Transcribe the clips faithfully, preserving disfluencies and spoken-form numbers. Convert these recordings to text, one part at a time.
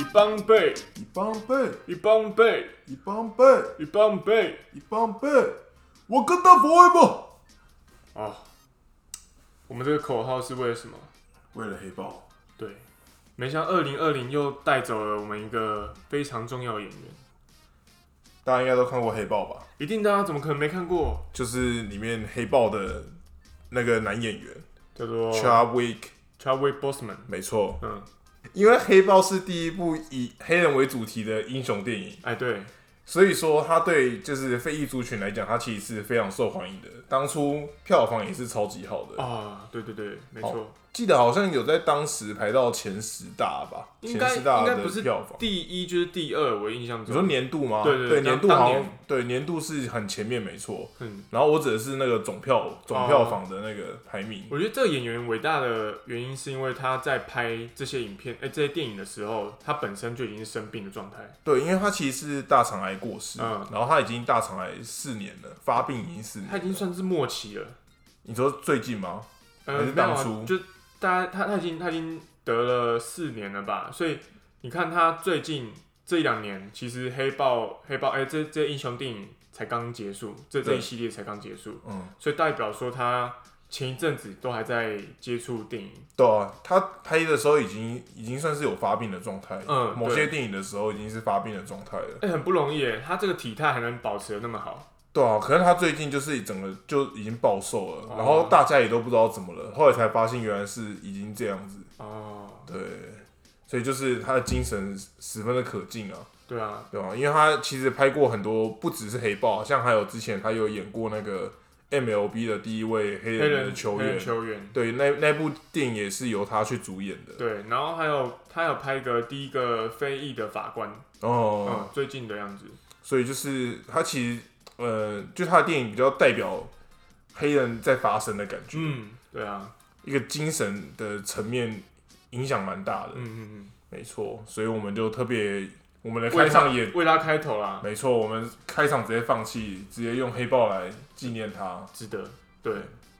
帮背， 一帮背， 一帮背， 一帮背， 一帮背， 一帮背，我跟他 forever。 哦，我们这个口号是为了什么？ 为了黑豹。 对，没想到二零二零又带走了我们一个非常重要的演员。 大家应该都看过黑豹吧？ 一定的啊，怎么可能没看过？ 就是里面黑豹的那个男演员叫做 Chadwick Chadwick Boseman。 没错， 嗯， 因为黑豹是第一部以黑人为主题的英雄电影， 哎，对， 所以说他对就是非裔族群来讲，他其实是非常受欢迎的。当初票房也是超级好的啊，对对对，没错。 记得好像有在当时排到前十大吧， 应该前十大应该不是的票房。 第一就是第二，我印象中。 你说年度吗？ 对对对，年度好像年对年度是很前面没错。 嗯， 然后我指的是那个总票总票房的那个排名。 我觉得这个演员伟大的原因是因为他在拍这些影片、哎、欸、这些电影的时候，他本身就已经是生病的状态。 对，因为他其实是大肠癌过世， 嗯， 然后他已经大肠癌四年了，发病已经四年了， 他已经算是末期了。 你说最近吗？ 呃， 还是当初？ 啊、就大家他他已经他已经得了四年了吧？所以你看他最近这一两年，其实黑豹黑豹哎、欸、这这英雄电影才刚结束，这这一系列才刚结束， 嗯， 所以代表说他前一阵子都还在接触电影。 对啊，他拍的时候已经已经算是有发病的状态， 嗯， 某些电影的时候已经是发病的状态了。 哎、欸，很不容易耶，他这个体态还能保持得那么好。 对啊，可能他最近就是整个就已经暴瘦了，哦、然后大家也都不知道怎么了，后来才发现原来是已经这样子。哦，对，所以就是他的精神十分的可敬啊。 对啊， 对啊，因为他其实拍过很多，不只是黑豹，像还有之前他有演过那个 M L B 的第一位黑人的球员。 球员。 对，那那部电影也是由他去主演的。 对，然后还有他有拍一个第一个非裔的法官。哦，嗯，最近的样子。 所以就是他其实。呃，就他的电影比较代表黑人在发声的感觉， 嗯，对啊， 一个精神的层面影响蛮大的， 嗯嗯嗯， 没错，所以我们就特别，我们的开场也为他开头啦， 没错，我们开场直接放弃，直接用黑豹来纪念他， 值得，对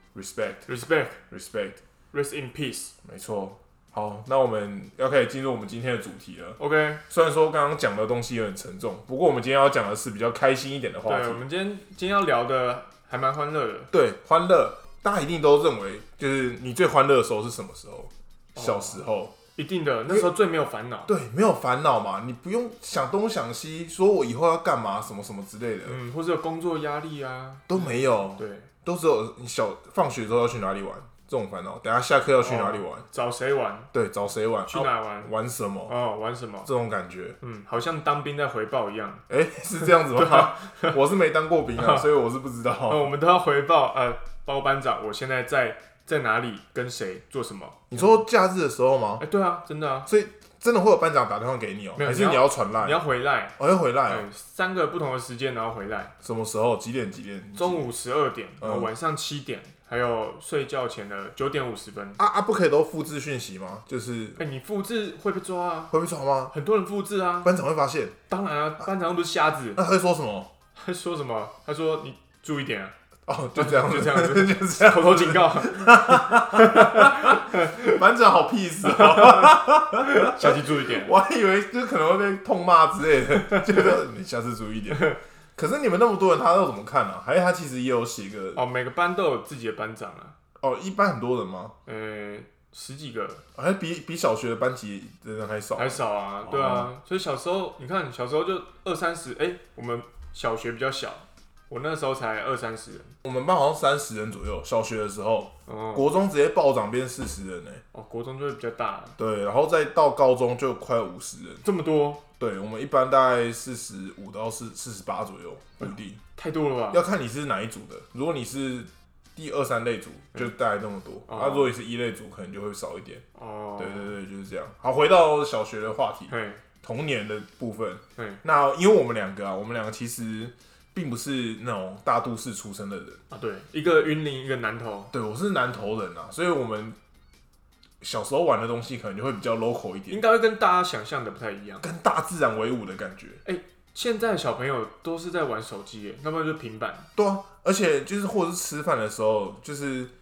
，respect，respect，respect，rest in peace， 没错。好，那我们要开始进入我们今天的主题了。 OK， 虽然说刚刚讲的东西有点沉重，不过我们今天要讲的是比较开心一点的话题。 对，我们今天今天要聊的还蛮欢乐的。 对，欢乐，大家一定都认为，就是你最欢乐的时候是什么时候？哦、小时候， 一定的，那时候最没有烦恼。 对，没有烦恼嘛，你不用想东想西，说我以后要干嘛，什么什么之类的。 嗯，或者有工作压力啊， 都没有。 对， 都只有你小放学之后要去哪里玩。这种烦恼，等下下课要去哪里玩？哦、 找谁玩？ 对，找谁玩？ 去哪玩？ 啊、玩什么？ 哦，玩什么？ 这种感觉， 嗯，好像当兵在回报一样。 哎、欸，是这样子吗？啊、我是没当过兵啊，所以我是不知道。 呃、我们都要回报，呃，报班长，我现在在在哪里，跟谁做什么？ 你说假日的时候吗？ 哎、欸，对啊，真的啊。 所以真的会有班长打电话给你哦、喔，还是你要传赖？ 你要回来， 我、哦、要回来、喔。 三个不同的时间，然后回来。 什么时候？几点？几点？ 中午十二点，然后晚上七点。嗯，还有睡觉前的九点五十分啊啊，不可以都复制讯息吗？就是， 哎、欸，你复制会被抓啊？ 会被抓吗？ 很多人复制啊， 班长会发现。 当然啊，班长又不是瞎子。 那、啊、他会说什么？ 他说什么？他说你注意点啊。 哦，就这样， 就这样子， 就这样， 口头警告。 班长好屁事哦！ 下次注意点。 我还以为就可能会被痛骂之类的，就是你下次注意点。可是你们那么多人，他要怎么看啊？还是他其实也有写个哦，每个班都有自己的班长啊。 哦，一般很多人吗？ 呃、欸，十几个， 还比比小学的班级的人还少， 还少啊，对啊。哦、所以小时候，你看小时候就二三十，哎，我们小学比较小，我那时候才二三十人。 我们班好像三十人左右，小学的时候， 哦、 国中直接暴涨变四十人呢、欸。 哦，国中就会比较大。 对，然后再到高中就快五十人， 这么多。 对，我们一般大概四十五到四四十八左右，不一定。 太多了吧？ 要看你是哪一组的。如果你是第二三类组，就大概那么多。那、嗯啊、如果你是一类组，可能就会少一点。哦，对对对，就是这样。好，回到小学的话题，童年的部分。那因为我们两个啊，我们两个其实并不是那种大都市出生的人啊。对，一个云林，一个南投。 对，我是南投人啊，所以我们小时候玩的东西可能就会比较 local 一点， 应该会跟大家想象的不太一样， 跟大自然为伍的感觉。 哎、欸，现在的小朋友都是在玩手机耶，要不然就平板。 对啊，而且就是或者是吃饭的时候，就是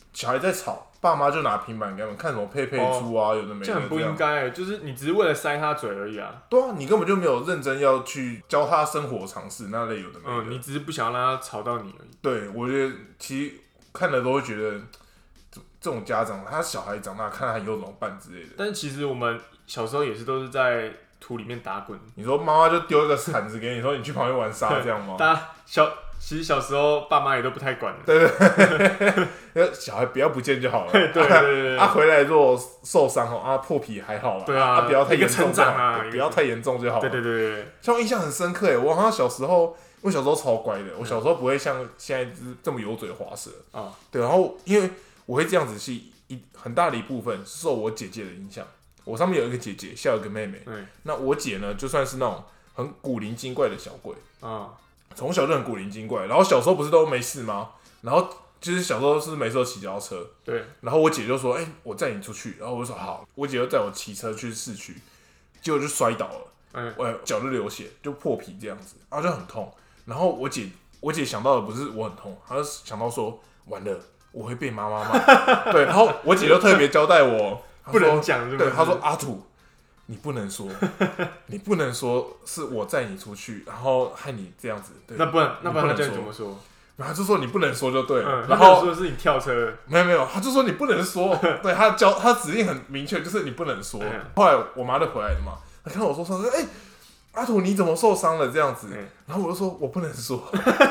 小孩在吵，爸妈就拿平板给他们看什么佩佩猪啊，哦、有的没的。 这样很不应该，就是你只是为了塞他嘴而已啊。 对啊，你根本就没有认真要去教他生活常识那类有的没的。 嗯，你只是不想让他吵到你而已。 对，我觉得其实看了都会觉得，这种家长他小孩长大看他以后怎么办之类的。 但是其实我们小时候也是都是在土里面打滚。 你说妈妈就丢一个铲子给你，说你去旁边玩沙这样吗？ 大家小。其实小时候爸妈也都不太管了， 对对对，小孩不要不见就好了。 对对对对， 他、啊、回来如果受伤哦，啊破皮还好啦， 对啊， 啊不要太严重就好， 啊、 不要太严重就好。 对对对对， 像我印象很深刻哎，我好像小时候，我小时候超乖的，我小时候不会像现在这么油嘴滑舌啊、嗯。对，然后因为我会这样子，是一很大的一部分是受我姐姐的影响。我上面有一个姐姐，下有一个妹妹。嗯，那我姐呢，就算是那种很古灵精怪的小鬼啊。嗯，从小就很古灵精怪，然后小时候不是都没事吗？然后就是小时候是没事骑脚踏车，对。然后我姐就说：“哎、欸，我载你出去。”然后我就说：“好。”我姐就载我骑车去市区，结果就摔倒了，嗯，我脚就流血，就破皮这样子，然后就很痛。然后我姐，我姐想到的不是我很痛，她就想到说：“完了，我会被妈妈骂。”对，然后我姐就特别交代我， 不能讲， 对，她说：“阿土。”你不能说，你不能说是我载你出去，然后害你这样子。对， 那不然，那不然他叫你怎么说？ 然后他就说你不能说就对了。 嗯、 然后说的是你跳车， 没有没有，他就说你不能说。对，他教他指令很明确，就是你不能说。嗯、后来我妈就回来了嘛，她看到我受伤，说：“哎、欸，阿土你怎么受伤了？”这样子，嗯、然后我就说我不能说。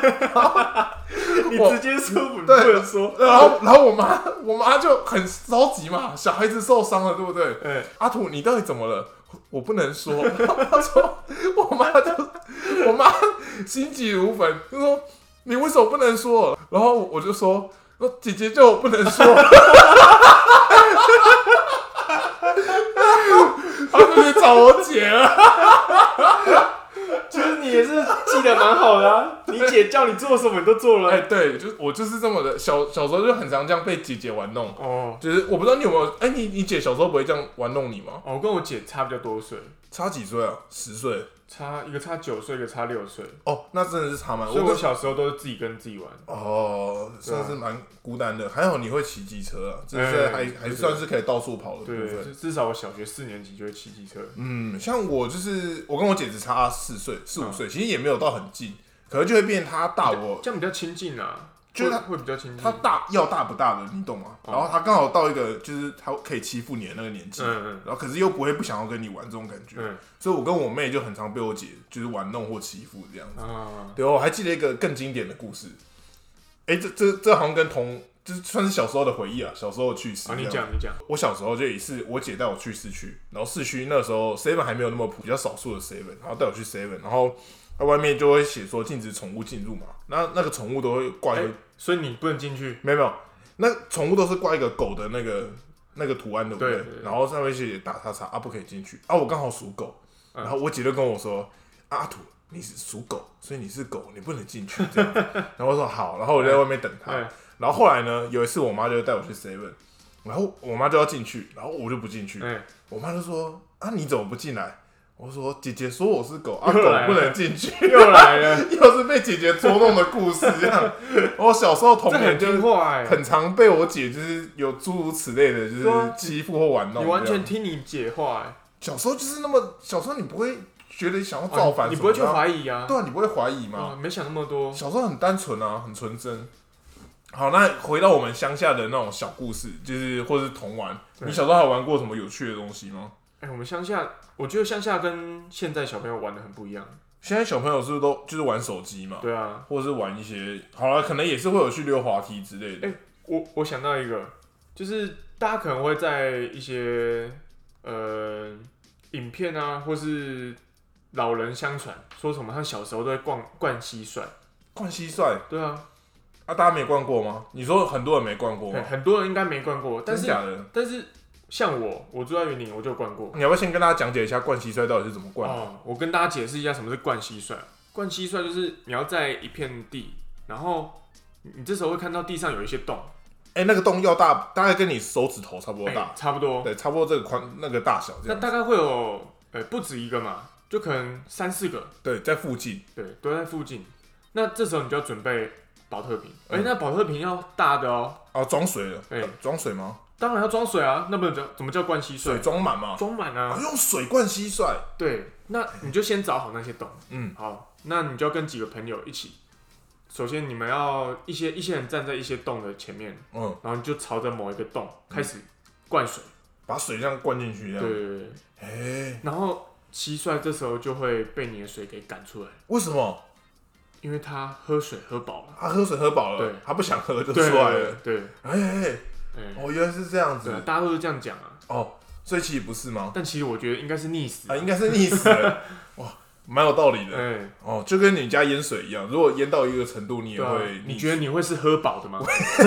你直接说不能说， 然后然后我妈我妈就很着急嘛，小孩子受伤了，对不对？嗯、阿土你到底怎么了？我不能说。她说我妈就我妈心急如焚，就说你为什么不能说？然后我就说姐姐叫我不能说。她就去找我姐了。 其实你也是记得蛮好的啊，你姐叫你做什么你都做了。 哎、欸，对，就我就是这么的，小小时候就很常这样被姐姐玩弄。哦，就是我不知道你有没有，哎、欸，你你姐小时候不会这样玩弄你吗？ 哦，我跟我姐差比较多岁。 差几岁啊？十岁。 差一个差九岁，一个差六岁。 哦，那真的是差蛮。 所以我小时候都是自己跟自己玩。 哦，算是蛮孤单的。还好你会骑机车啊，这是还、欸、还算是可以到处跑的部分。 对，至少我小学四年级就会骑机车。 嗯，像我就是我跟我姐只差四岁、四五岁，其实也没有到很近，可能就会变她大我， 这样比较亲近啊。 就是他会比较亲近， 他大要大不大的，你懂吗？哦、然后他刚好到一个就是他可以欺负你的那个年纪，嗯嗯，然后可是又不会不想要跟你玩这种感觉，嗯，所以我跟我妹就很常被我姐就是玩弄或欺负这样子。啊、对，我还记得一个更经典的故事，哎、欸，这这这好像跟同就是算是小时候的回忆啊，小时候去市。 啊，你讲你讲， 我小时候就也是我姐带我去市区，然后市区那时候 seven 还没有那么普，比较少数的 seven， 然后带我去 seven， 然后在外面就会写说禁止宠物进入嘛，那那个宠物都会挂一个。欸所以你不能进去？ 没有没有，那宠物都是挂一个狗的那个那个图案，对不对？对对对，然后上面写打叉叉啊，不可以进去啊。我刚好属狗，嗯、然後我姐就跟我說：“阿土，你是屬狗，所以你是狗，你不能進去。”這樣子。然後我說好，然後我就在外面等他。嗯、然後後來呢，有一次我媽就帶我去 seven， 然後我媽就要進去，然後我就不進去。嗯、我媽就說：“啊，你怎麼不進來？”我說姐姐說我是狗啊，狗不能進去， 又來了， 又是被姐姐捉弄的故事這樣。我小時候童年就很常被我姐就是有諸如此類的，就是欺負或玩弄。 你完全聽你姐話哎。 小時候就是那麼，小時候你不會覺得想要造反、哦， 你不會去懷疑啊？ 對啊，你不會懷疑嗎、 哦？沒想那麼多。 小時候很單純啊，很純真。好，那回到我們鄉下的那種小故事，就是或是童玩。你小時候還有玩過什麼有趣的東西嗎？ 哎、欸，我們鄉下，我覺得鄉下跟現在小朋友玩的很不一樣。 現在小朋友是不是都就是玩手機嘛？ 對啊， 或者是玩一些，好了，可能也是會有去溜滑梯之類的。 哎、欸，我我想到一個，就是大家可能會在一些呃影片啊，或是老人相傳，說什麼他小時候都會逛灌蟋蟀。 灌蟋蟀？ 對啊。 啊，大家沒逛過嗎？你說很多人沒逛過嗎？ 很多人應該沒逛過，但是真假的？ 但是。像我，我住在雲林，我就有灌過。 你要不要先跟大家講解一下灌蟋蟀到底是怎麼灌？ 哦，我跟大家解釋一下什麼是灌蟋蟀。灌蟋蟀就是你要在一片地，然後你這時候會看到地上有一些洞。 哎、欸，那個洞要大，大概跟你手指頭差不多大。欸、 差不多。 對，差不多這個寬那個大小這樣。 那大概會有，呃、欸，不止一個嘛，就可能三四個。 對，在附近。 對，都在附近。那這時候你就要準備保特瓶，而且、嗯欸、那保特瓶要大的哦、喔。 哦，装水了，装、欸、水吗？ 当然要装水啊，那不能叫怎么叫灌蟋蟀？ 水装满嘛， 装满啊、 哦，用水灌蟋蟀。 对，那你就先找好那些洞。嗯，好，那你就要跟几个朋友一起。首先，你们要一些一些人站在一些洞的前面，嗯，然后你就朝着某一个洞开始灌水， 把水这样灌进去，这样。 对对对。欸、然后蟋蟀这时候就会被你的水给赶出来。 为什么？ 因为他喝水喝饱了。 他喝水喝饱了，对，他不想喝就出来了。对，哎哎、欸，哦，原来是这样子。 大家都是这样讲啊。 哦，所以其实不是吗？ 但其实我觉得应该是溺死啊，应该是溺死了。哇，蛮有道理的。欸、哦，就跟你家淹水一样，如果淹到一个程度，你也会、啊。 你觉得你会是喝饱的吗？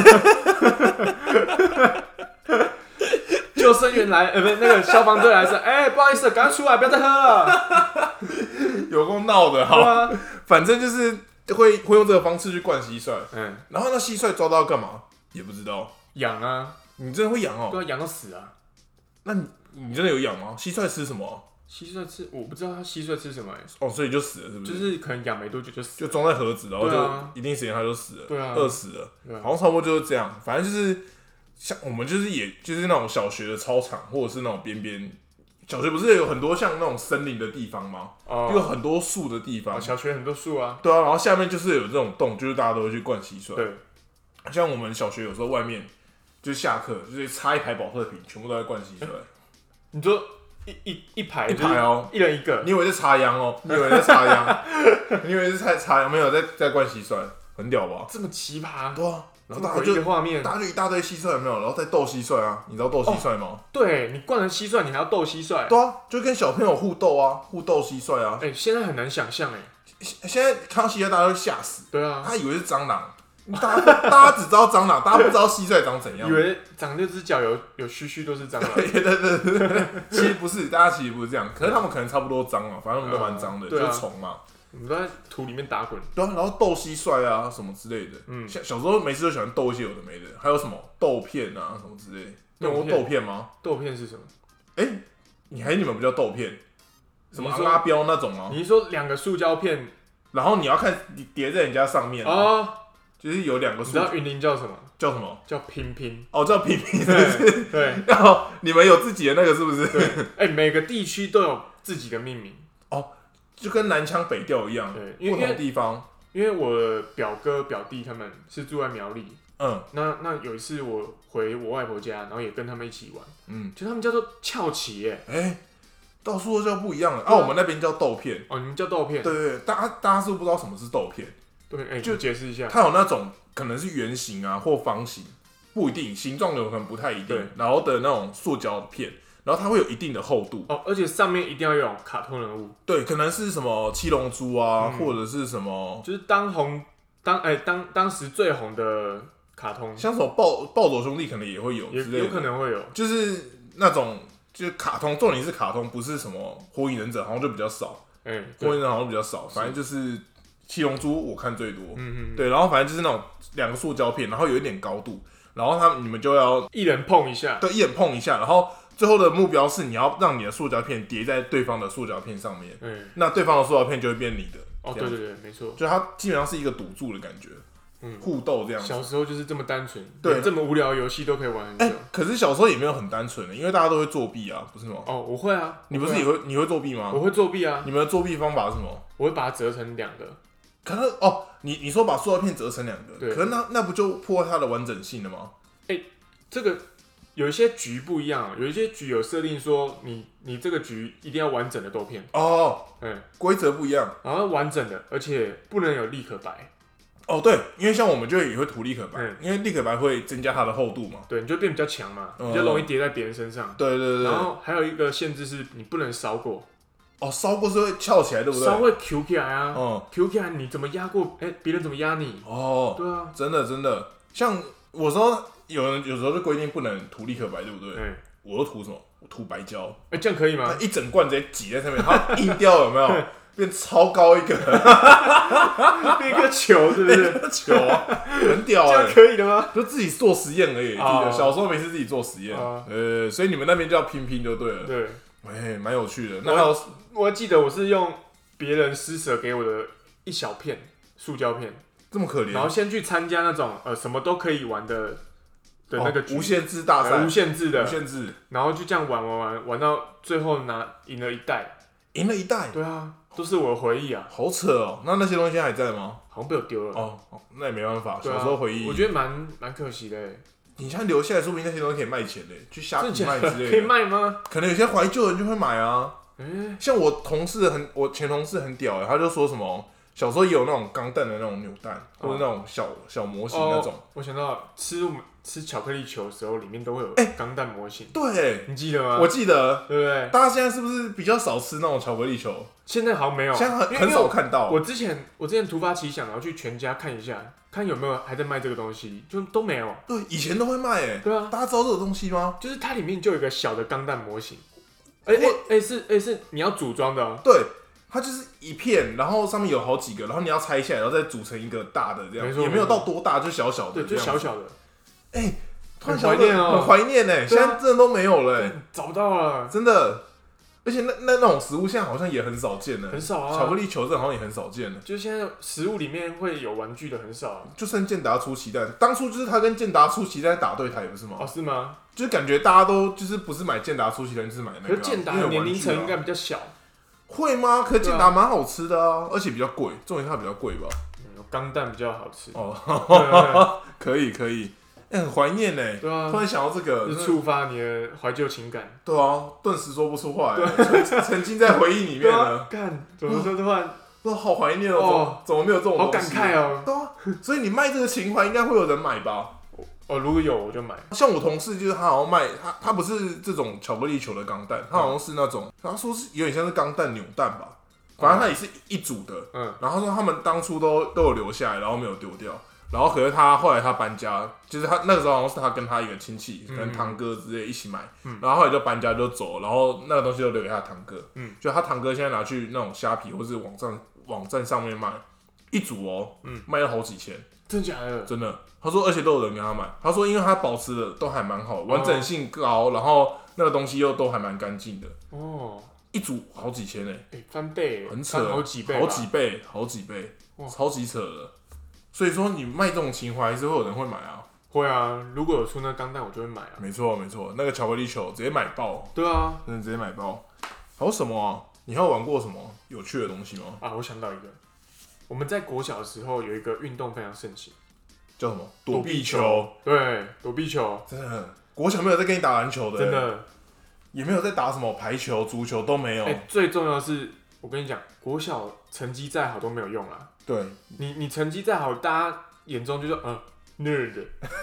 救生员来，呃，不，那个消防队来说，哎、欸，不好意思，赶快出来，不要再喝了。 有够闹的哈、啊，反正就是会会用这个方式去灌蟋蟀。嗯，然后那蟋蟀抓到要干嘛？也不知道。 养啊， 你真的会养哦？ 对啊，养到死啊。 那你你真的有养吗？蟋蟀吃什麼？ 蟋蟀吃，我不知道它蟋蟀吃什么、欸。 哦，所以就死了，是不是？ 就是可能养没多久就死了， 就装在盒子，然后就一定时间它就死了， 对啊， 饿死了。啊、好像差不多就是这样。反正就是像我们就是也就是那种小学的操场，或者是那种边边。小学不是有很多像那种森林的地方吗？哦，有很多树的地方。 哦、小学很多树啊。 对啊，然后下面就是有这种洞，就是大家都会去灌蟋蟀。对，像我们小学有时候外面就是下课，就是插一排保特瓶，全部都在灌蟋蟀。 你说一一一排一排哦， 一人一个。 你以为是插秧哦？你以为在插秧？你以为是在插秧？没有，在在灌蟋蟀，很屌吧？ 这么奇葩。 对啊。然后大家就画面，大家就一大堆蟋蟀有没有？然后再斗蟋蟀啊！你知道斗蟋蟀吗？哦、 对，你灌了蟋蟀，你还要斗蟋蟀。 对啊，就跟小朋友互斗啊，互斗蟋蟀啊。 哎、欸，现在很难想象哎。 现在看到蟋蟀，大家都吓死。 对啊， 他以为是蟑螂，大家大家只知道蟑螂，大家不知道蟋蟀长怎样。 以为长六只脚有有须须都是蟑螂。 对对对对，其实不是，大家其实不是这样。可是他们可能差不多脏啊，反正他们都蛮脏的，就是虫嘛。 我们都在土里面打滚， 对啊，然后斗蟋蟀啊什么之类的，嗯，小小时候每次都喜欢斗一些有的没的，还有什么豆片啊什么之类的，你有过豆片吗？ 豆片是什么？ 哎、欸，你还你们不叫豆片，什么阿标那种吗？ 你是说两个塑胶片， 然后你要看你叠在人家上面哦，就是有两个塑， 你知道云林叫什么？ 叫什么？ 叫拼拼哦，叫拼拼，是不是？ 对， 然后你们有自己的那个是不是？ 对，哎、欸，每个地区都有自己的命名哦。就跟南腔北调一样，对，因为不同地方。 因为我表哥表弟他们是住在苗栗，嗯，那那有一次我回我外婆家，然后也跟他们一起玩，嗯，就他们叫做翘旗耶， 哎、欸，到处都叫不一样了。啊，我们那边叫豆片， 哦，你们叫豆片， 对对对，大家大家是不是不知道什么是豆片？ 对，哎、欸，就解释一下， 它有那种可能是圆形啊或方形，不一定，形状有可能不太一定，然后的那种塑胶片。然后它会有一定的厚度哦，而且上面一定要有卡通人物， 对，可能是什么七龙珠啊，嗯、或者是什么， 就是当红当哎、欸、当当时最红的卡通， 像什么暴暴走兄弟可能也会有之类的， 有可能会有， 就是那种就是卡通，重点是卡通，不是什么火影忍者，好像就比较少，哎、欸，火影忍者好像比较少，反正就是七龙珠我看最多，嗯嗯，对，然后反正就是那种两个塑胶片，然后有一点高度，然后他们你们就要一人碰一下， 对，一人碰一下，然后。最后的目标是你要让你的塑胶片叠在对方的塑胶片上面，嗯，那对方的塑胶片就会变你的。 哦，对对对，没错， 就它基本上是一个赌注的感觉，嗯，互斗这样子。 小时候就是这么单纯，对，这么无聊的游戏都可以玩很久。 欸、可是小时候也没有很单纯的，因为大家都会作弊啊，不是吗？ 哦，我会啊， 你不是也会、啊、你会作弊吗？ 我会作弊啊。 你们的作弊方法是什么？ 我会把它折成两个。 可是哦，你你说把塑料片折成两个，对，可是那那不就破坏它的完整性了吗？ 哎、欸，这个。有一些局不一样，有一些局有设定说你你这个局一定要完整的豆片哦，嗯，规则不一样， 然后完整的，而且不能有立可白。 哦，对，因为像我们就也会涂立可白，嗯、因为立可白会增加它的厚度嘛， 对，你就变比较强嘛，嗯、比较容易叠在别人身上。 对对对。 然后还有一个限制是你不能烧过。 哦，烧过是会翘起来，对不对？ 烧会 Q 起来啊，嗯 ，Q 起来你怎么压过？哎、欸，别人怎么压你？ 哦， 对啊， 真的真的，像我说。有人有时候就规定不能涂立可白，对不对？嗯，我都涂什么？我涂白胶。 哎、欸，这样可以吗？ 一整罐直接挤在上面，它硬掉有没有？变超高一个， 变一个球，是不是？ 球啊，很屌哎、欸！ 这样可以的吗？ 就自己做实验而已。哦、小时候没事自己做实验，哦、呃，所以你们那边叫拼拼就对了。对，哎，蛮有趣的。那还有， 我还记得我是用别人施舍给我的一小片塑胶片。 这么可怜， 然后先去参加那种呃什么都可以玩的的那个局、 哦、无限制大赛， 无限制的， 无限制， 然后就这样玩玩玩玩到最后拿赢了一代， 赢了一代， 对啊，都是我的回忆啊， 好扯哦。那那些东西现在还在吗？ 好像被我丢了哦，那也没办法， 啊、 小时候回忆， 我觉得蛮蛮可惜的。 你现在留下来，说不定那些东西可以卖钱的，去虾皮卖之类的， 可以卖吗？ 可能有些怀旧人就会买啊。 欸、 像我同事很，我前同事很屌哎，他就说什么小时候也有那种钢弹的那种扭蛋，或者那种小小模型那种。 哦、我想到吃吃巧克力球的时候，里面都会有钢弹模型。 欸、对， 你记得吗？ 我记得， 对不对？ 大家现在是不是比较少吃那种巧克力球？ 现在好像没有， 现在很很少看到。 我之前我之前突发奇想，然后去全家看一下，看有没有还在卖这个东西，就都没有。 对，以前都会卖哎。 对啊， 大家知道这个东西吗？ 就是它里面就有一个小的钢弹模型。哎哎哎，是哎、欸、是你要组装的、哦。 对，它就是一片，然后上面有好几个，然后你要拆下来，然后再组成一个大的这样，也没有到多大，就小小的， 对，就小小的。 哎、欸， 很怀念哦， 很怀念哎，现在真的都没有了、欸， 找不到了， 真的。而且那那那种食物现在好像也很少见了， 很少啊。 巧克力球这好像也很少见了， 就是现在食物里面会有玩具的很少、啊， 就剩健达出奇蛋，当初就是他跟健达出奇蛋打对台，不是吗？ 哦，是吗？ 就是感觉大家都就是不是买健达出奇蛋，就是买那个、啊。 可是健达的年龄层应该比较小， 会吗？可是健达蛮好吃的啊，而且比较贵，重点它比较贵吧？ 嗯，钢蛋比较好吃哦，可以可以。哎、欸，很怀念呢。 对啊， 突然想到这个， 是触发你的怀旧情感。 对啊，顿时说不出话来，沉沉浸在回忆里面了。 干，怎么说突然， 哇，好怀念哦！怎么没有这种东西？好感慨哦。 对啊，所以你卖这个情怀，应该会有人买吧？ 哦，如果有我就买。 像我同事就是他好像卖他他不是这种巧克力球的钢弹，他好像是那种他说是有点像是钢弹扭蛋吧，反正他也是一组的。嗯，然后他说他们当初都都有留下来，然后没有丢掉。然后可是他后来他搬家，就是他那个时候好像是他跟他一个亲戚，可能堂哥之类一起买，嗯、然后后来就搬家就走，然后那个东西就留给他堂哥，嗯，就他堂哥现在拿去那种虾皮或是网站网站上面卖，一组哦，嗯，卖了好几千， 真假的？ 真的，他说而且都有人跟他买，他说因为他保持的都还蛮好，完整性高，然后那个东西又都还蛮干净的，哦，一组好几千哎、 欸，翻倍， 很扯， 好几倍， 好几倍，好几倍，超级扯的。所以说你卖这种情怀还是会有人会买啊， 会啊，如果有出那钢弹我就会买啊。 没错没错，那个巧克力球直接买爆。 对啊， 真的直接买爆。还有什么啊？你还有玩过什么有趣的东西吗？ 啊，我想到一个，我们在国小的时候有一个运动非常盛行， 叫什么？躲避球。 对，躲避球。 真的，国小没有在跟你打篮球的、欸， 真的， 也没有在打什么排球、足球都没有。 欸、最重要的是，我跟你讲，国小成绩再好都没有用啦。 对， 你你成绩再好，大家眼中就是嗯 nerd，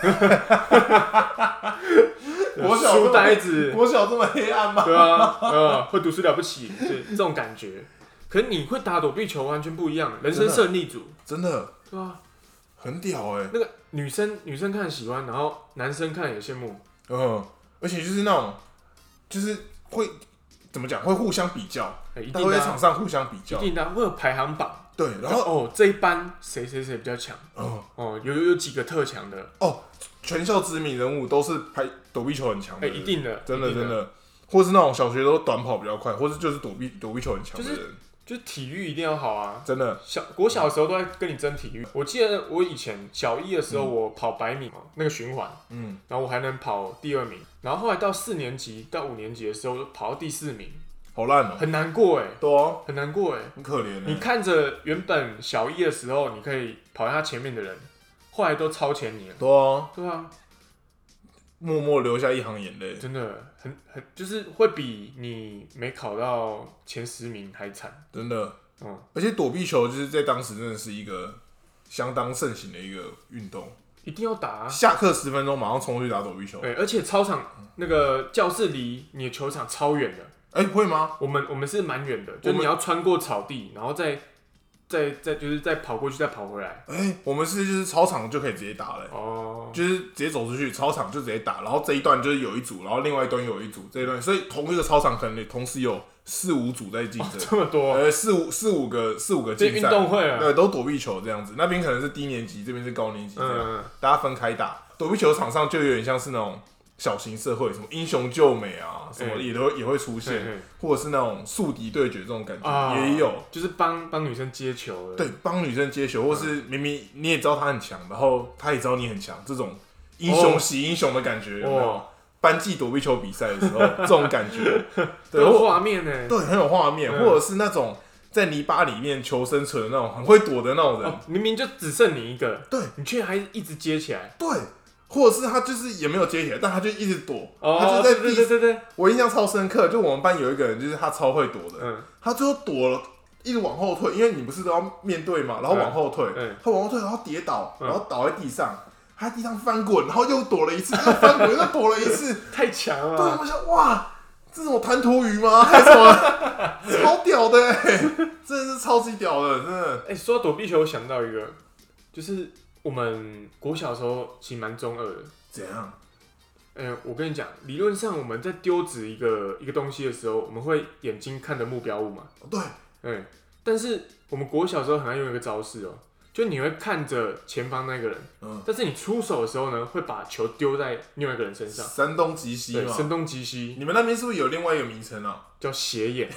国小书呆子， 国小这么黑暗吗？ 对啊，呃，会读书了不起，对这种感觉。可是你会打躲避球完全不一样，人生胜利组， 真的， 对啊， 很屌哎、欸。 那个女生女生看喜欢，然后男生看也羡慕， 嗯，而且就是那种，就是会怎么讲，会互相比较， 欸、一定会在场上互相比较， 一定的会有排行榜。 对，然后哦，这一班谁谁谁比较强？哦哦，有有几个特强的哦，全校知名人物都是排躲避球很强的， 哎、欸，一定的， 真的真的，或是那种小学都短跑比较快，或是就是躲避躲避球很强的人， 就是就是体育一定要好啊， 真的。 小国小的时候都在跟你争体育，我记得我以前小一的时候，我跑百米嘛，那个循环，嗯，然后我还能跑第二名，然后后来到四年级到五年级的时候，跑到第四名。 好烂哦、喔， 很难过哎， 对啊， 很难过哎， 很可怜。 你看着原本小一的时候你可以跑在他前面的人，后来都超前你了。 对啊， 对啊， 默默流下一行眼泪， 真的很很就是会比你没考到前十名还惨， 真的。嗯，而且躲避球就是在当时真的是一个相当盛行的一个运动， 一定要打啊！ 下课十分钟马上冲去打躲避球。 对，而且操场那个教室离你的球场超远的。 哎、欸，会吗？ 我们我们是蛮远的，就是你要穿过草地，然后再再再就是再跑过去，再跑回来。 哎、欸，我们是就是操场就可以直接打了、欸， 哦， 就是直接走出去，操场就直接打，然后这一段就是有一组，然后另外一端有一组，这一段，所以同一个操场可能同时有四五组在竞争、哦， 这么多， 呃，四五四五个四五个竞赛， 运动会啊， 对，都躲避球这样子，那边可能是低年级，这边是高年级，这样、嗯、大家分开打，躲避球场上就有点像是那种。小型社会，什么英雄救美啊，什么也都、欸、也会出现，欸欸或者是那种宿敌对决这种感觉、啊、也有， 就是帮帮女生接球， 对，帮女生接球，或是明明你也知道她很强，然后她也知道你很强，这种英雄惜英雄的感觉，有没有？班级躲避球比赛的时候，这种感觉， 对，有画面呢， 对，很有画面，或者是那种在泥巴里面求生存的那种，很会躲的那种人， 明明就只剩你一个， 对， 你却还一直接起来， 对。或者是他就是也没有接起来，但他就一直躲， 哦、 他就在地。 对对对对， 我印象超深刻，就我们班有一个人，就是他超会躲的，嗯、他最后躲了，一直往后退，因为你不是都要面对嘛，然后往后退，嗯、他往后退，然后跌倒，然后倒在地上，他在地上翻滚，然后又躲了一次，又翻滚，又躲了一次， 太强了。 对，我想哇，这是什么弹涂鱼吗？还是什么？超屌的、欸，真的是超级屌的，真的。 哎、欸，说到躲避球，我想到一个，就是。我们国小的时候其实蛮中二的。 怎样？ 哎、欸，我跟你讲，理论上我们在丢掷一个一个东西的时候，我们会眼睛看着目标物嘛。 对。 哎、欸，但是我们国小的时候很爱用一个招式哦、喔，就你会看着前方那个人，嗯，但是你出手的时候呢，会把球丢在另外一个人身上。 声东击西嘛。 声东击西。 你们那边是不是有另外一个名称啊？ 叫斜眼。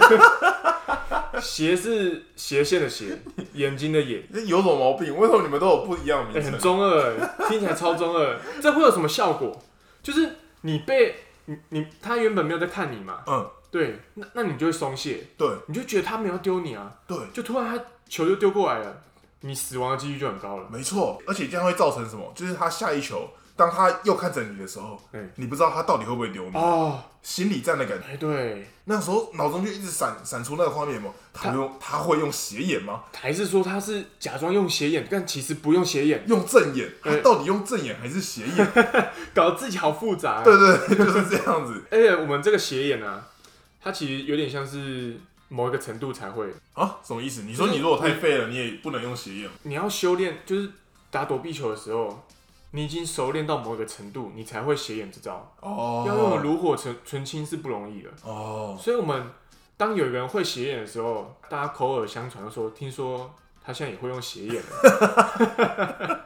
斜是斜线的斜，眼睛的眼， 有什么毛病？为什么你们都有不一样的名称？ 欸、很中二，听起来超中二。这会有什么效果？就是你被你你他原本没有在看你嘛，嗯，对，那那你就会松懈， 对， 你就觉得他没有丢你啊， 对， 就突然他球就丢过来了，你死亡的几率就很高了。 没错，而且这样会造成什么？就是他下一球。当他又看着你的时候，欸、你不知道他到底会不会丢你哦，心理战的感觉。 哎、欸，对， 那时候脑中就一直闪闪出那个画面嘛，他用他会用斜眼吗？ 还是说他是假装用斜眼，但其实不用斜眼， 用正眼？他到底用正眼还是斜眼？ 搞得自己好复杂、啊。 对对，就是这样子。 而且我们这个斜眼啊，它其实有点像是某一个程度才会啊？什么意思？你说你如果太废了，你也不能用斜眼。 你要修炼，就是打躲避球的时候。你已经熟练到某一个程度，你才会斜眼这招。哦，要用炉火纯纯青是不容易的。哦，所以我们当有一个人会斜眼的时候，大家口耳相传说，听说他现在也会用斜眼了。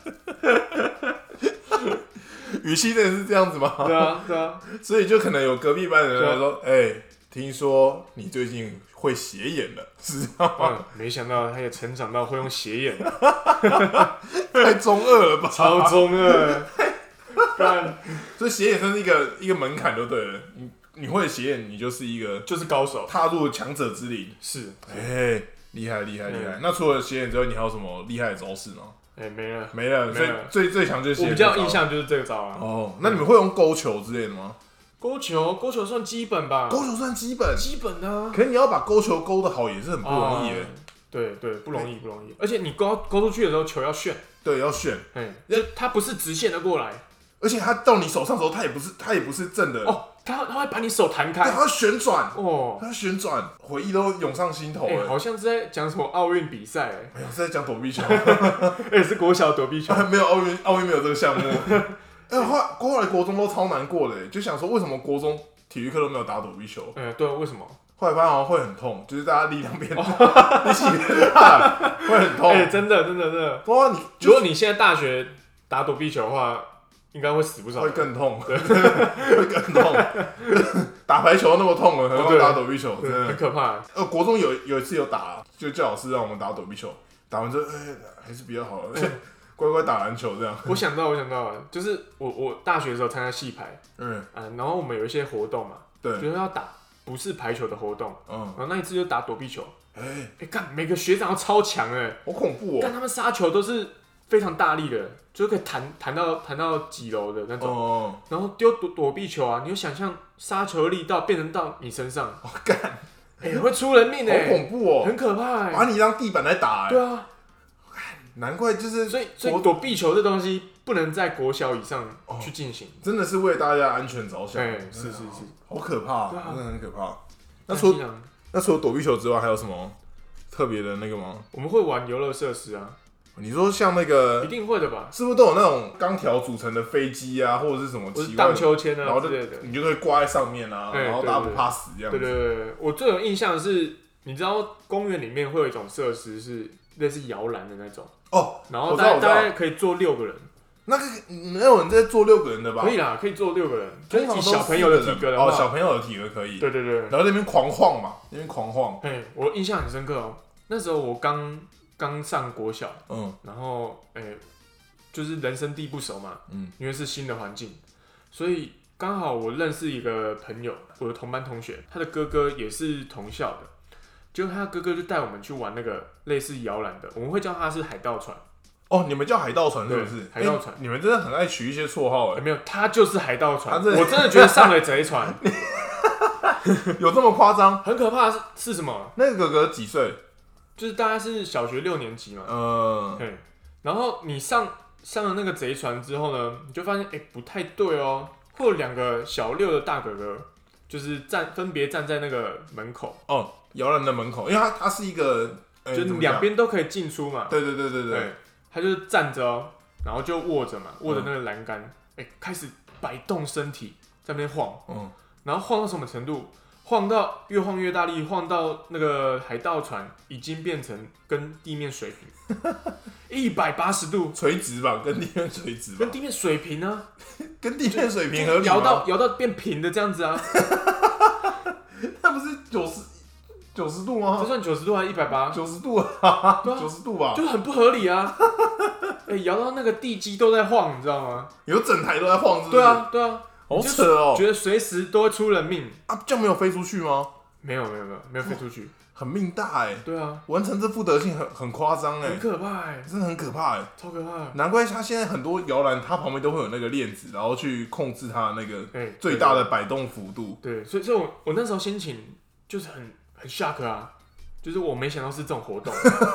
语气真的是这样子吗？ 对啊，对啊。 所以就可能有隔壁班的人来说：“哎、欸，听说你最近会斜眼了，知道吗？” 嗯、没想到他也成长到会用斜眼了。 太中二了吧！ 超中二， 所以斜眼算是一个一个门槛就对了。你你会斜眼，你就是一个就是高手， 踏入强者之林。 是， 哎、欸，厉害厉害厉害！嗯、那除了斜眼之外，你还有什么厉害的招式吗？ 哎、欸，没了没了，所以最最强就是斜眼。 我比较印象就是这个招啊。 哦，那你们会用勾球之类的吗？ 勾球，勾球算基本吧。 勾球算基本， 基本啊。 可是你要把勾球勾得好，也是很不容易耶。 啊对对，不容易不容易，而且你勾勾出去的时候，球要旋， 对，要旋， 哎，就它不是直线的过来， 而且它到你手上的时候，它也不是它也不是正的， 哦，它它会把你手弹开， 对，它会旋转， 哦， 它旋转，回忆都涌上心头，哎， 好像是在讲什么奥运比赛，哎， 没有，是在讲躲避球， 哎，是国小躲避球， 没有奥运，奥运没有这个项目，哎，后来后来国中都超难过的，就想说为什么国中体育课都没有打躲避球， 哎，对，为什么？ 后来发现好像会很痛，就是大家力量变大，力气变大，会很痛。 哎、欸，真的，真的，真的。哇，你如果你现在大学打躲避球的话，应该会死不少。 会更痛，对，会更痛。打排球那么痛了，何况打躲避球，真的很可怕。 呃，国中有有一次有打，就叫老师让我们打躲避球，打完之后，哎、欸，还是比较好了，嗯、乖乖打篮球这样。 我想到，我想到了，就是我我大学的时候参加系排，嗯啊，然后我们有一些活动嘛，对，就是要打。不是排球的活动，嗯，然后那一次就打躲避球，哎、欸，哎、欸，干每个学长都超强哎， 好恐怖哦！ 但他们杀球都是非常大力的，就是可以弹弹到弹到几楼的那种，哦，然后丢躲躲避球啊，你就想象杀球力道变成到你身上， 我干， 哎，会出人命哎， 好恐怖哦， 很可怕哎， 把你当地板来打哎， 对啊， 难怪就是所以所以躲避球这东西不能在国小以上去进行， 真的是为大家安全着想， 哎，是是是。 好可怕，啊、真的很可怕。那除了那除了躲避球之外，还有什么特别的那个吗？ 我们会玩游乐设施啊。 你说像那个， 一定会的吧？ 是不是都有那种钢条组成的飞机啊，或者是什么奇怪的荡秋千啊， 然后就你就可以挂在上面啊，然后大家不怕死这样子。 对对对，我最有印象的是，你知道公园里面会有一种设施是类似摇篮的那种哦，然后大概大概可以坐六个人。 那个没有人在坐六个人的吧？ 可以啦，可以坐六个人。通常小朋友的体格的话， 哦，小朋友的体格可以。 对对对。 然后那边狂晃嘛，那边狂晃。 哎，我印象很深刻哦。那时候我刚刚上国小，嗯，然后哎、欸， 就是人生地不熟嘛，嗯，因为是新的环境，所以刚好我认识一个朋友，我的同班同学，他的哥哥也是同校的，结果他哥哥就带我们去玩那个类似摇篮的，我们会叫他是海盗船。 哦，你们叫海盗船是不是？ 海盗船、 欸，你们真的很爱取一些绰号哎、 欸。没有，他就是海盗船。我真的觉得上了贼船， 有这么夸张？ 很可怕的 是, 是什么？ 那个哥哥几岁？ 就是大概是小学六年级嘛。嗯。对。然后你上上了那个贼船之后呢，你就发现哎、欸、不太对哦，会有两个小六的大哥哥，就是站分别站在那个门口。 哦，摇篮的门口，因为它它是一个， 欸、就两边都可以进出嘛。 对对对对对。 欸他就是站着哦，然后就握着嘛，握着那个栏杆，哎、嗯欸，开始摆动身体在那边晃，嗯，然后晃到什么程度？晃到越晃越大力，晃到那个海盗船已经变成跟地面水平一百八十度垂直吧，跟地面垂直吧， 跟地面水平啊， 跟地面水平合理吗？ 摇到摇到变平的这样子啊， 那不是九十？九十度吗？ 这算九十度还是一百八？ 九十度啊，九十度吧， 就很不合理啊！哎、欸，摇到那个地基都在晃，你知道吗？ 有整台都在晃，是不是？ 对啊，对啊， 好扯哦！ 覺得随时都会出人命啊！这样没有飞出去吗？ 没有，没有，没有，没有飞出去， 很命大哎、欸！ 对啊， 完成这副德性很很夸张哎， 很可怕哎、欸， 真的很可怕哎、欸， 超可怕！ 难怪他现在很多摇篮，它旁边都会有那个链子，然后去控制它那个欸、 最大的摆动幅度。 对，對所以，所以我我那时候心情就是很很 shock 啊。就是我没想到是这种活动，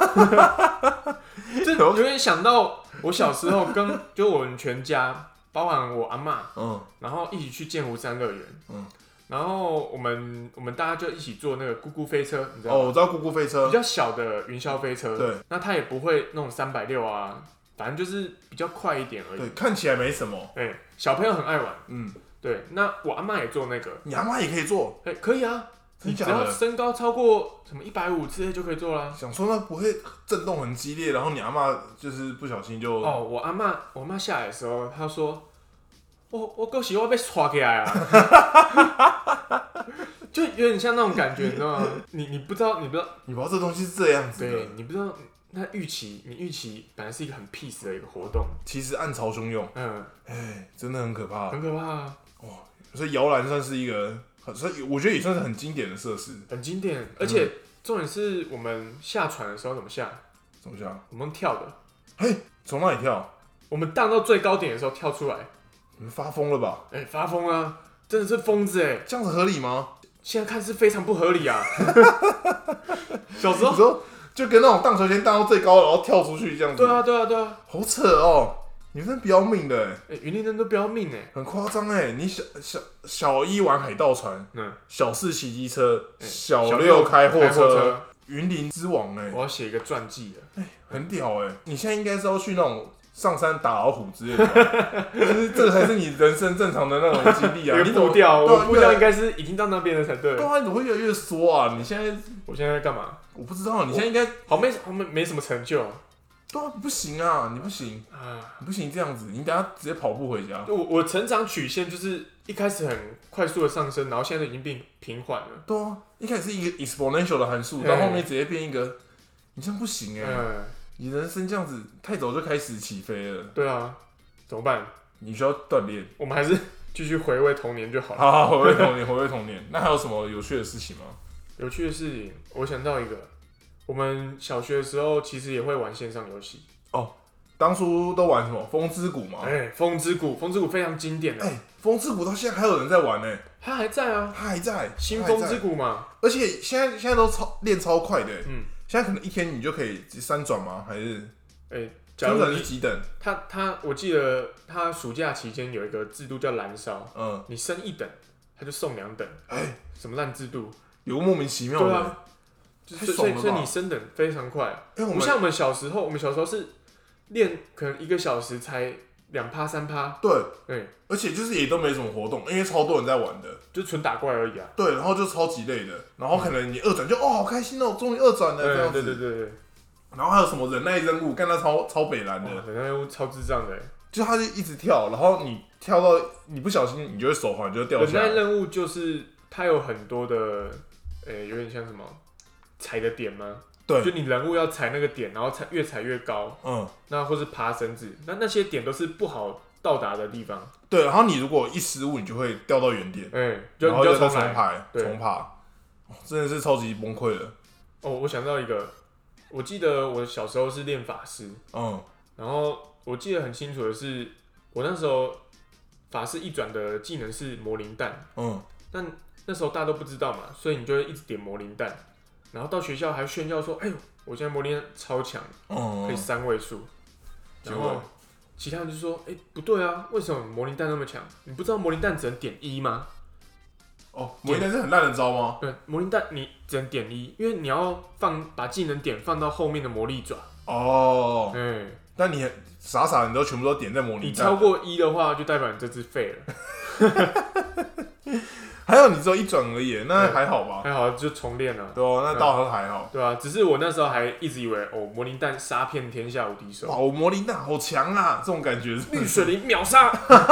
就有点想到我小时候跟就我们全家，包含我阿嬷，嗯，然后一起去剑湖山乐园，嗯，然后我们我们大家就一起坐那个咕咕飞车，你知道吗？ 哦，我知道咕咕飞车， 比较小的云霄飞车， 对， 那它也不会那种三百六啊，反正就是比较快一点而已， 对，看起来没什么， 哎、欸，小朋友很爱玩，嗯，对，那我阿嬷也坐那个， 你阿嬷也可以坐， 哎、欸，可以啊。你只要身高超过什么一百五之类就可以做啦。 想说那不会震动很激烈，然后你阿嬷就是不小心就…… 哦，我阿嬷我阿嬷下来的时候，她说：“我我恭喜我被刷起来啊！”就有点像那种感觉，你知道吗？你你不知道，你不知道， 你不知道这东西是这样子的。 对，你不知道那预期，你预期本来是一个很 peace 的一个活动， 其實暗潮汹涌。 嗯， 哎，真的很可怕， 很可怕啊！ 哇，所以摇篮算是一个。所以我觉得也算是很经典的设施， 很经典，而且重点是我们下船的时候怎么下？ 怎么下？ 我们跳的。 嘿，从哪里跳？ 我们荡到最高点的时候跳出来。 你们发疯了吧？ 哎、欸，发疯啊！真的是疯子哎！ 这样子合理吗？ 现在看是非常不合理啊。小时候， 时候就跟那种荡秋千荡到最高，然后跳出去这样子。 对啊，对啊，对啊， 好扯哦！你们真不要命的哎！ 哎，云林人都不要命哎， 很夸张哎！你小小小一玩海盗船，嗯，小四骑机车，小六开货车，云林之王哎！ 我要写一个传记了， 哎，很屌哎！你现在应该是要去那种上山打老虎之类的，就是这才是你人生正常的那种经历啊！ 你步调，我步调应该是已经到那边了才对。 对啊，你怎么会越来越缩啊？你现在， 我现在在干嘛？ 我不知道，你现在应该好没好没没什么成就。 对啊，不行啊，你不行啊，你不行这样子，你等下直接跑步回家。 我我成长曲线就是一开始很快速的上升，然后现在已经变平缓了。 对啊，一开始是一个 exponential 的函数，到后面直接变一个，你这样不行哎、欸，你人生这样子太早就开始起飞了。 对啊，怎么办？ 你需要锻炼。 我们还是继续回味童年就好了。 好好，回味童年，回味童年。那还有什么有趣的事情吗？ 有趣的事情，我想到一个。我们小学的时候其实也会玩线上游戏哦，当初都玩什么？风之谷吗？ 哎、欸，风之谷，风之谷非常经典的。 哎、欸，风之谷到现在还有人在玩呢、欸。 他还在啊， 他还在。 新风之谷嘛， 而且现在现在都超练超快的、欸。嗯，现在可能一天你就可以三转吗？还是？ 哎、欸， 三转是几等？ 他他，我记得他暑假期间有一个制度叫燃烧。嗯，你升一等，他就送两等。哎、欸，什么烂制度？ 有个莫名其妙的。 对啊。所以，所以你升等非常快，欸、不像我们小时候，我们小时候是练可能一个小时才两趴三趴， 对，欸、而且就是也都没什么活动，因为超多人在玩的， 就纯打怪而已啊。 对，然后就超级累的，然后可能你二转就、嗯、哦好开心哦，终于二转了这样子， 对对对对。 然後還有什麼忍耐任務，幹他超超北藍的， 忍耐任務超智障的， 就他就一直跳，然後你跳到你不小心，你就會手滑，你就會掉下來。 忍耐任務就是它有很多的，誒、欸，有點像什麼踩的點嗎？ 对， 就你人物要踩那个点，然后踩越踩越高，嗯，那或是爬绳子，那那些点都是不好到达的地方。 对，然后你如果一失误，你就会掉到原点， 嗯， 然后又再重排， 重爬，真的是超级崩溃的。 哦，我想到一个，我记得我小时候是练法师，嗯，然后我记得很清楚的是，我那时候法师一转的技能是魔灵弹，嗯，但那时候大家都不知道嘛，所以你就会一直点魔灵弹，然后到学校还炫耀说：“哎呦，我现在魔灵弹超强，嗯，可以三位数。”然后其他人就说：“哎、欸，不对啊，为什么魔灵弹那么强？你不知道魔灵弹只能点一吗？” 哦，魔灵弹是很烂的招吗？ 对，魔灵弹你只能点一，因为你要放把技能点放到后面的魔力爪。 哦，嗯，但你傻傻你都全部都点在魔灵弹， 你超过一的话，就代表你这只废了。 还有你只有一转而已，那还好吧？ 还好，就重练了。 对哦，那倒是还好。 对啊，只是我那时候还一直以为哦，魔灵弹杀遍天下无敌手。 哦，魔灵弹好强啊，这种感觉。 绿水灵秒杀。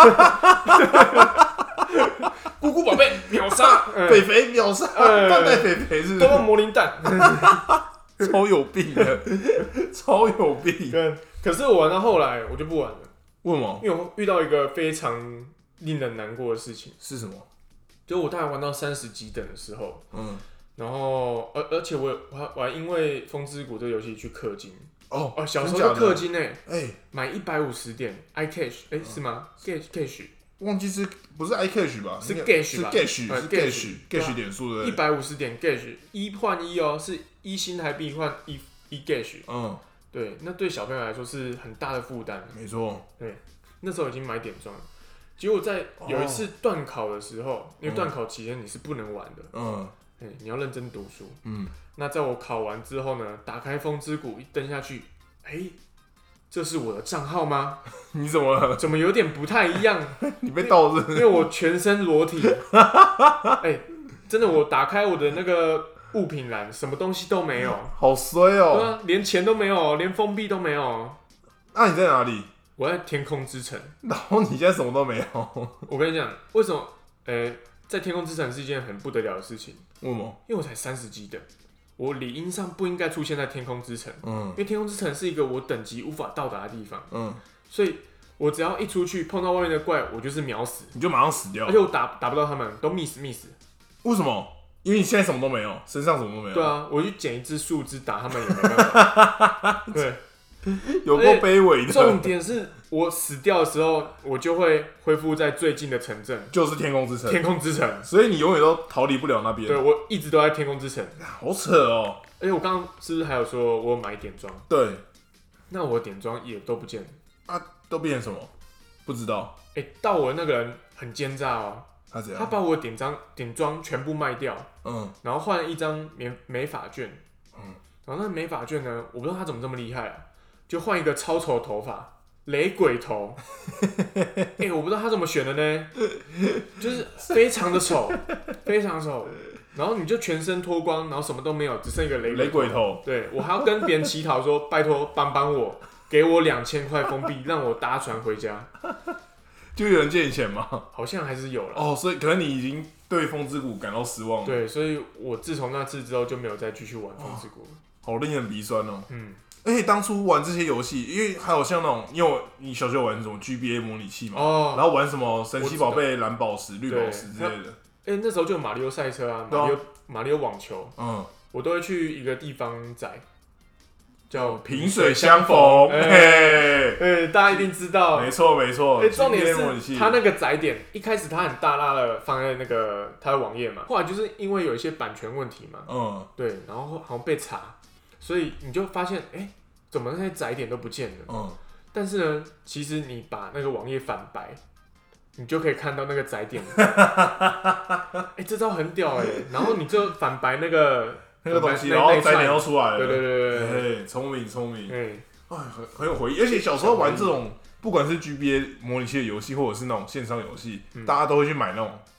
姑姑宝贝秒杀， 肥肥秒杀，蛋蛋肥肥是都用魔灵弹， 超有病的，超有病。 可是我玩到后来我就不玩了， 为什么？ 因为我遇到一个非常令人难过的事情。 是什么？ 就我大概玩到三十几等的时候，嗯，然后而而且我我还我还因为《风之谷》这个游戏去氪金。哦哦，小时候就氪金哎，哎，买一百五十点 iCash， 哎是吗 ？Cash Cash。 忘记是不是 iCash 吧？ 是 Gash 吧？是 Gash， 是 Gash，Gash 点数的。 一百五十点 Gash， 一换一哦，是一新台币换一一 Gash。嗯，对，那对小朋友来说是很大的负担。 没错， 对，那时候已经买点装了，结果在有一次段考的时候，因为段考期间你是不能玩的，嗯，你要认真读书。嗯，那在我考完之后呢，打开风之谷一登下去，哎、欸。这是我的账号吗？ 你怎么了？ 怎么有点不太一样？ 你被盗是？ 因为我全身裸体，哎、欸，真的，我打开我的那个物品栏，什么东西都没有， 好衰哦、喔！ 对啊，连钱都没有，连封闭都没有。 那、啊、你在哪里？ 我在天空之城。 然后你现在什么都没有。 我跟你讲，为什么？呃、欸，在天空之城是一件很不得了的事情。 为什么？ 因为我才三十几等。我理应上不应该出现在天空之城，嗯，因为天空之城是一个我等级无法到达的地方，嗯，所以我只要一出去碰到外面的怪，我就是秒死， 你就马上死掉， 而且我打打不到他们，都 miss miss。 为什么？因为你现在什么都没有，身上什么都没有。 对啊，我去捡一只树枝打他们也没办法。对， 有够卑微的。 重点是我死掉的时候，我就会恢复在最近的城镇， 就是天空之城。 天空之城， 所以你永远都逃离不了那边。 对，我一直都在天空之城。 好扯哦！ 而且我刚刚是不是还有说我有买点装？ 对， 那我点装也都不见了啊，都变成什么？不知道。 哎、欸，盗我的那个人很奸诈哦。 他怎样？ 他把我的点装点装全部卖掉，嗯，然后换了一张美美发券，嗯，然后那美发券呢，我不知道他怎么这么厉害啊，就换一个超丑的头发。雷鬼头，哎、欸，我不知道他怎么选的呢，就是非常的丑，非常丑。然后你就全身脱光，然后什么都没有，只剩一个雷雷鬼头。 对，我还要跟别人乞讨说，拜托帮帮我，给我两千块封闭，让我搭船回家。 就有人借你钱吗？ 好像还是有了。 哦，所以可能你已经对风之谷感到失望了。 对，所以我自从那次之后就没有再继续玩风之谷了。 好令人鼻酸哦。嗯。而且当初玩这些游戏，因为还有像那种，因为你小学玩什么 G B A 模拟器嘛，哦、然后玩什么神奇宝贝、蓝宝石、绿宝石之类的。 哎、欸，那时候就有马里奥赛车啊，马里奥马里奥网球，嗯，我都会去一个地方载，叫萍水相逢。哎、欸欸，大家一定知道， 没错没错。 哎、欸，重点是它那个载点一开始它很大拉的放在那个它的网页嘛，后来就是因为有一些版权问题嘛，嗯，对，然后好像被查。所以你就发现，哎、欸，怎么那些载点都不见了？嗯，但是呢，其实你把那个网页反白，你就可以看到那个载点。哎、欸，这招很屌哎、欸！然后你就反白那个那个东西，然后载点要出来了。 对对对对对，聪明聪明。哎、欸，很很有回忆。而且小时候玩这种，不管是 G B A 模拟器的游戏，或者是那种线上游戏，嗯、大家都会去买那种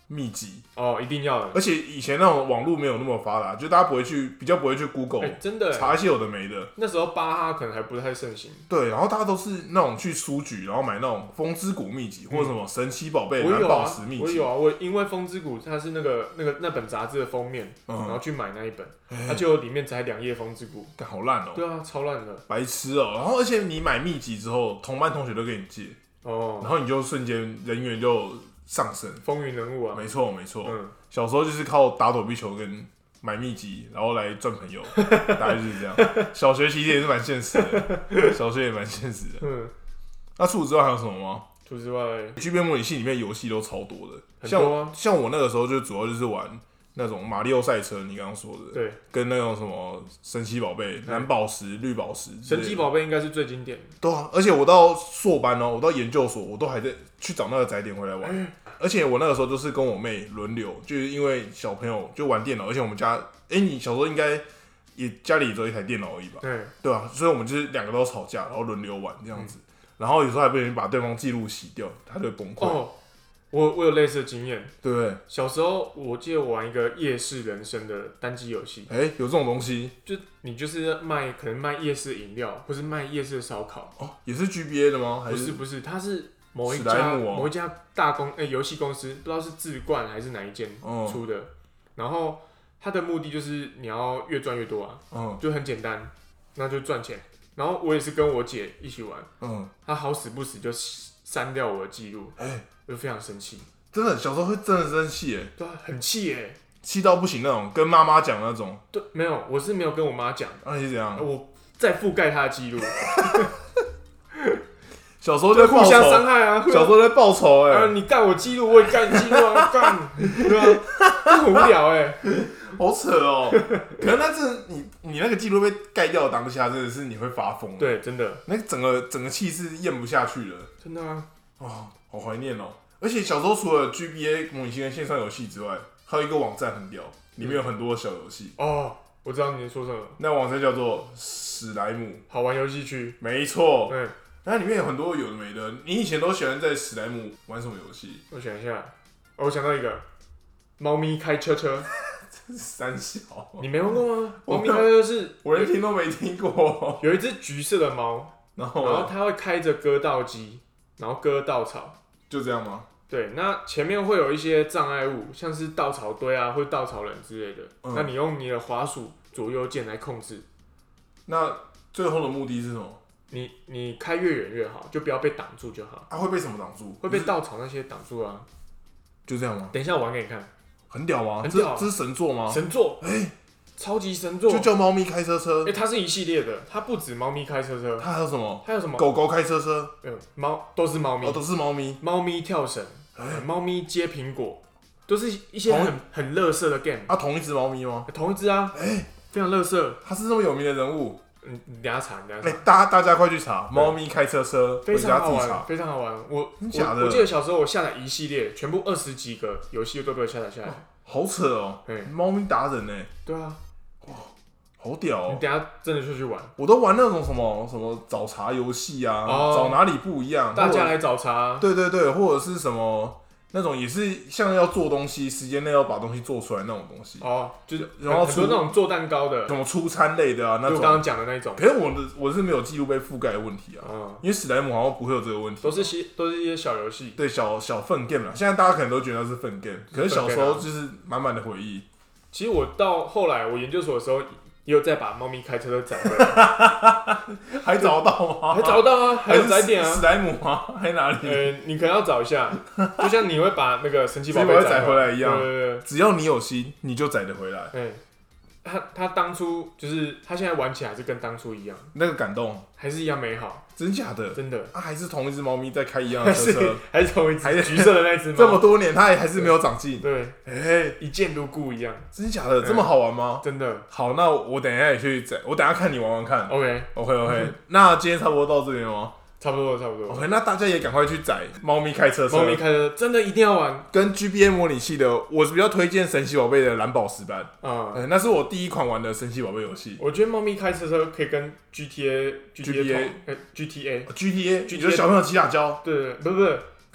秘籍哦，一定要的。 而且以前那种网络没有那么发达，就大家不会去，比较不会去 Google，、欸、 真的查一些有的没的。 那时候巴哈可能还不太盛行。 对，然后大家都是那种去书局，然后买那种风之谷秘籍、嗯、或者什么神奇宝贝、蓝宝石秘籍。 我有啊，我因为风之谷它是那个那个那本杂志的封面、嗯，然后去买那一本，它、欸、就里面才两页风之谷， 好烂哦。 对啊，超烂的， 白痴哦。然后而且你买秘籍之后，同班同学都给你借哦，然后你就瞬间人缘就上升， 风云人物啊。 没错没错，嗯，小时候就是靠打躲避球跟买秘籍，然后来赚朋友，大概就是这样。小学其实也是蛮现实的，小学也蛮现实的。嗯，那除此之外还有什么吗？ 除此之外 ，G B A 模拟器里面游戏都超多的， 很多啊、 像像我那个时候就主要就是玩那种马里奥赛车，你刚刚说的， 对， 跟那种什么神奇宝贝、蓝宝石、绿宝石， 神奇宝贝应该是最经典的。 对啊，而且我到硕班哦，我到研究所，我都还在去找那个载点回来玩。嗯、而且我那个时候就是跟我妹轮流，就是因为小朋友就玩电脑，而且我们家，哎、欸，你小时候应该也家里只有一台电脑而已吧？对，对啊，所以我们就是两个都吵架，然后轮流玩这样子。嗯、然后有时候还不小心把对方记录洗掉，他就会崩溃。哦， 我我有类似的经验， 对不对？ 小时候我记得我玩一个夜市人生的单机游戏， 哎、欸，有这种东西？ 就你就是卖可能卖夜市饮料，或是卖夜市烧烤。 哦，也是 G B A 的吗？还是不是不是，它是某一家、哦、某一家大公哎游戏公司，不知道是智冠还是哪一间出的。哦、然后它的目的就是你要越赚越多啊，哦、就很简单，那就赚钱。然后我也是跟我姐一起玩，嗯，她好死不死就删掉我的记录，哎、欸，我就非常生气。 真的，小时候会真的生气，哎， 对啊，很气哎， 气到不行那种，跟妈妈讲那种。 对，没有，我是没有跟我妈讲的。 那、啊、你是怎样？ 我再覆蓋她的記錄。 小時候在互相傷害啊！ 小時候在報仇哎、欸啊！ 你幹我記錄，我也幹你記錄啊！幹，對啊，很無聊哎、欸， 好扯哦。可能那是你你那個記錄被蓋掉的當下，真的是你會發瘋。 對，真的， 那整個整個氣是嚥不下去了。 真的啊！ 哦，好懷念哦。而且小時候除了 G B A 模擬器跟線上遊戲之外，還有一個網站很屌，裡面有很多小遊戲。 哦，我知道你在說什麼。 那網站叫做史萊姆好玩遊戲區。 沒錯。嗯。它裡面有很多有的沒的。你以前都喜歡在史萊姆玩什麼遊戲？ 我想一下，哦、我想到一個，貓咪開車車。 這是三小。 你沒玩過嗎？貓咪開車車是， 我連聽都沒聽過。 有一隻橘色的貓，然後然後它會開着割稻機，然後割稻草。 就這樣嗎？ 對，那前面會有一些障礙物，像是稻草堆啊，或稻草人之類的。嗯、那你用你的滑鼠左右鍵來控制。 那最後的目的是什麼？ 你你開越遠越好，就不要被擋住就好。 啊，會被什麼擋住？ 會被稻草那些擋住啊。 就這樣嗎？ 等一下我玩給你看。 很屌嗎？ 很屌、啊， 這是神作嗎？ 神作，哎、欸，超級神作。 就叫貓咪開車車。 哎、欸，它是一系列的，它不止貓咪開車車， 它還有什麼？ 還有什麼？ 狗狗開車車。 嗯，貓都是貓咪。 哦，都是貓咪。 貓咪跳繩，貓、欸、咪接蘋果，都是一些很很垃圾的 game。 啊，同一隻貓咪嗎？ 同一隻啊。哎、欸，非常垃圾。 它是那麼有名的人物。 嗯，你等一下查，你等一下查。 哎、欸，大大家快去查，貓咪開車車， 非常好玩，非常好玩。我假的我， 我記得小時候我下載一系列，全部二十幾個遊戲都被我下載下來。 好扯哦！貓咪達人呢？ 對啊， 哇，好屌哦！ 你等一下真的就去玩， 我都玩那種什麼什麼找茬遊戲啊，哦、找哪裡不一樣， 大家來找茬。 對對對，或者是什麼那種也是像要做東西，時間內要把東西做出來那種東西。哦， 就是然後很多那種做蛋糕的， 什麼出餐類的啊，那種。就剛剛講的那種。 可是我的我是沒有記錄被覆蓋的問題啊，嗯、因為史萊姆好像不會有這個問題。 都是些都是一些小遊戲。 對，小小糞 game 啦，現在大家可能都覺得是糞 game，可是小時候就是滿滿的回憶。 其實我到後來我研究所的時候。也有再把貓咪開車車載回來， 還找得到嗎？ 還找得到啊，還有載點啊。 史萊姆嗎？還哪裡？ 呃，你可能要找一下，就像你會把那個神奇寶貝載回來一樣。 對對對， 只要你有心，你就載得回來。 嗯，他他當初就是他現在玩起來還是跟當初一樣， 那個感動還是一樣美好。 真假的？ 真的啊，還是同一隻貓咪在開一樣的車車， 還是同一隻橘色的那隻貓。 這麼多年，它也還是沒有長進。 對，哎、欸，一見如故一樣。 真假的？這麼好玩嗎？ 真的。 好，那我等一下也去載，我等一下看你玩玩看。 OK OK OK，那今天差不多到這邊了嗎？ 差不多，差不多。 OK， 那大家也趕快去載貓咪開車車。 貓咪開車真的一定要玩。跟 G B A 模擬器的，我是比較推薦神奇寶貝的藍寶石版。嗯、欸，那是我第一款玩的神奇寶貝遊戲。 我覺得貓咪開車車可以跟 G T A、G T A、G T A、 G T A， 你覺得小朋友騎打膠？ 對對，不是不是，